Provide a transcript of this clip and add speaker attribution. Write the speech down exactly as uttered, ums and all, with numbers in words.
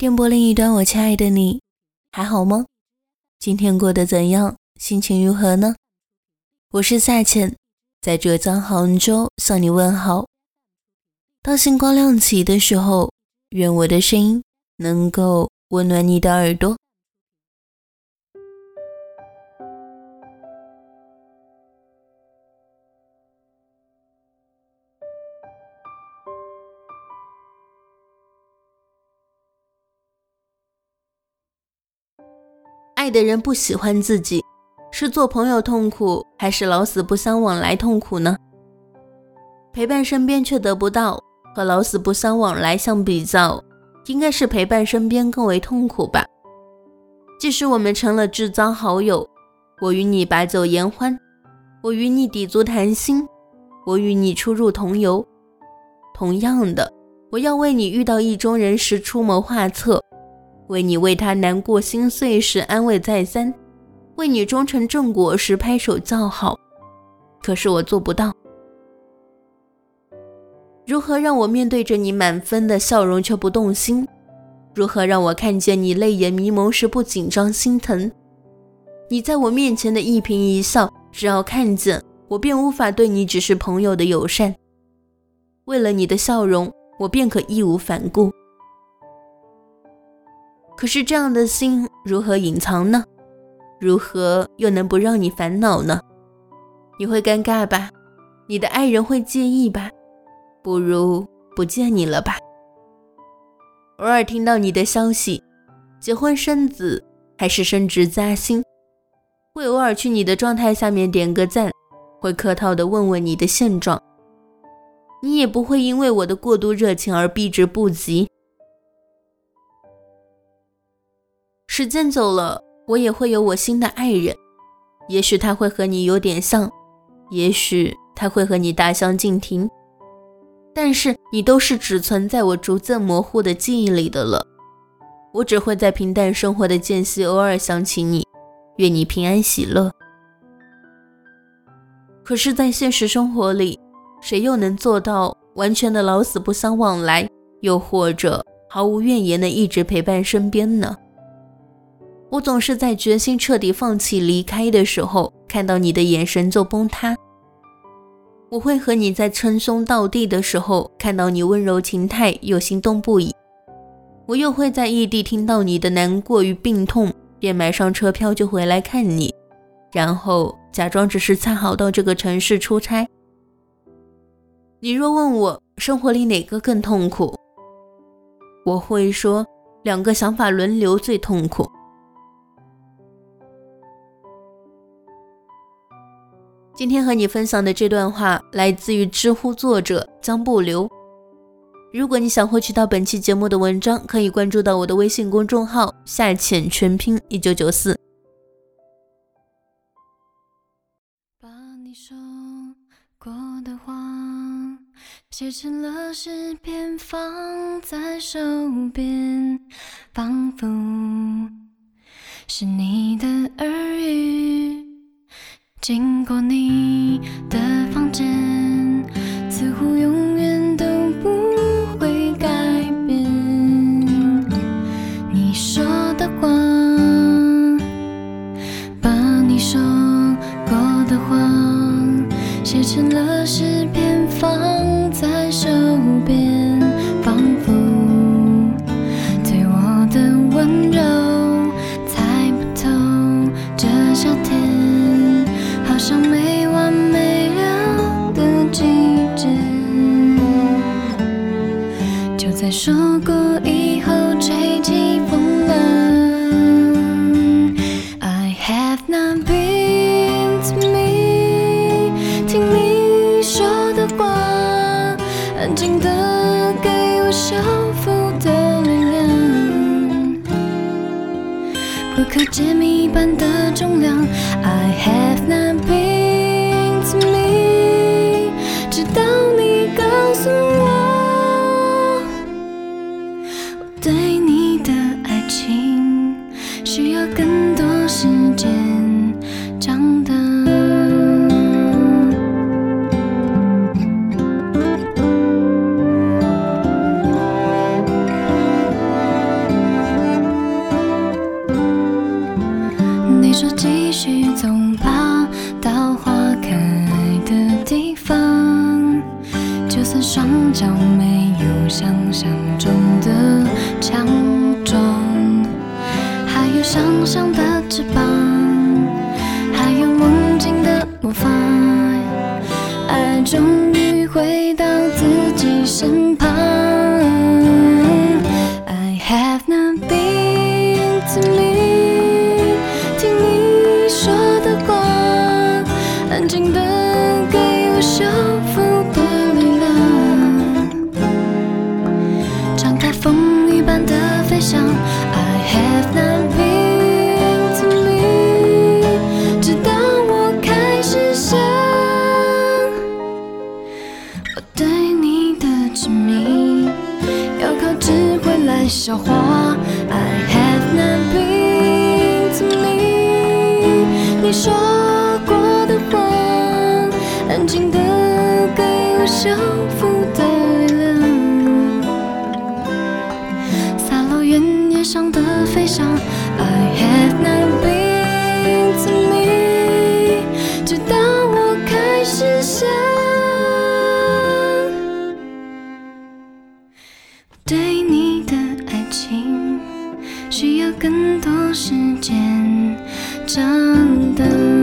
Speaker 1: 电波另一端，我亲爱的你，还好吗？今天过得怎样？心情如何呢？我是夏浅，在浙江杭州向你问好。当星光亮起的时候，愿我的声音能够温暖你的耳朵。爱的人不喜欢自己，是做朋友痛苦，还是老死不相往来痛苦呢？陪伴身边却得不到，和老死不相往来相比较，应该是陪伴身边更为痛苦吧。即使我们成了至交好友，我与你把酒言欢，我与你抵足谈心，我与你出入同游，同样的，我要为你遇到意中人时出谋划策，为你为他难过心碎时安慰再三，为你终成正果时拍手叫好。可是我做不到。如何让我面对着你满分的笑容却不动心？如何让我看见你泪眼迷蒙时不紧张心疼？你在我面前的一颦一笑，只要看见我便无法对你只是朋友的友善。为了你的笑容，我便可义无反顾。可是这样的心如何隐藏呢？如何又能不让你烦恼呢？你会尴尬吧？你的爱人会介意吧？不如不见你了吧。偶尔听到你的消息，结婚生子还是升职加薪，会偶尔去你的状态下面点个赞，会客套地问问你的现状。你也不会因为我的过度热情而避之不及。时间久了，我也会有我新的爱人，也许他会和你有点像，也许他会和你大相径庭，但是你都是只存在我逐渐模糊的记忆里的了。我只会在平淡生活的间隙偶尔想起你，愿你平安喜乐。可是在现实生活里，谁又能做到完全的老死不相往来，又或者毫无怨言的一直陪伴身边呢？我总是在决心彻底放弃离开的时候，看到你的眼神就崩塌。我会和你在称兄道弟的时候，看到你温柔情态又心动不已。我又会在异地听到你的难过与病痛，便买上车票就回来看你，然后假装只是恰好到这个城市出差。你若问我生活里哪个更痛苦，我会说两个想法轮流最痛苦。今天和你分享的这段话来自于知乎作者江不留。如果你想获取到本期节目的文章，可以关注到我的微信公众号夏浅全拼一九九四。
Speaker 2: 把你说过的话写成了诗篇，放在手边，仿佛是你的耳语。经过你的房间，似乎永远都不会改变。你说的话，把你说过的话写成了诗篇，放在手边，仿佛对我的温柔猜不透这夏天好像没完没了的季节。就在说过以后吹起风浪， I have not been to me， 听你说的话，安静的给我小腹的力量，不可解密般的重量。 I have not been to me， 直到你告诉我，我对你的爱情需要更多时间长大。 想象中的强壮，还有想象的翅膀，还有梦境的魔法，爱终于回到自己身旁。I have not been to me， 听你说的话，安静的给我修复的力量，敞开风一般的飞翔。I have not been to me， 直到我开始想我对你的执迷，要靠智慧来消化。I have not been to me， 你说过的话，安静的给我修复的力量，洒落原野上的飞翔。I have not been to me， 直到我开始想对你的爱情需要更多时间长大。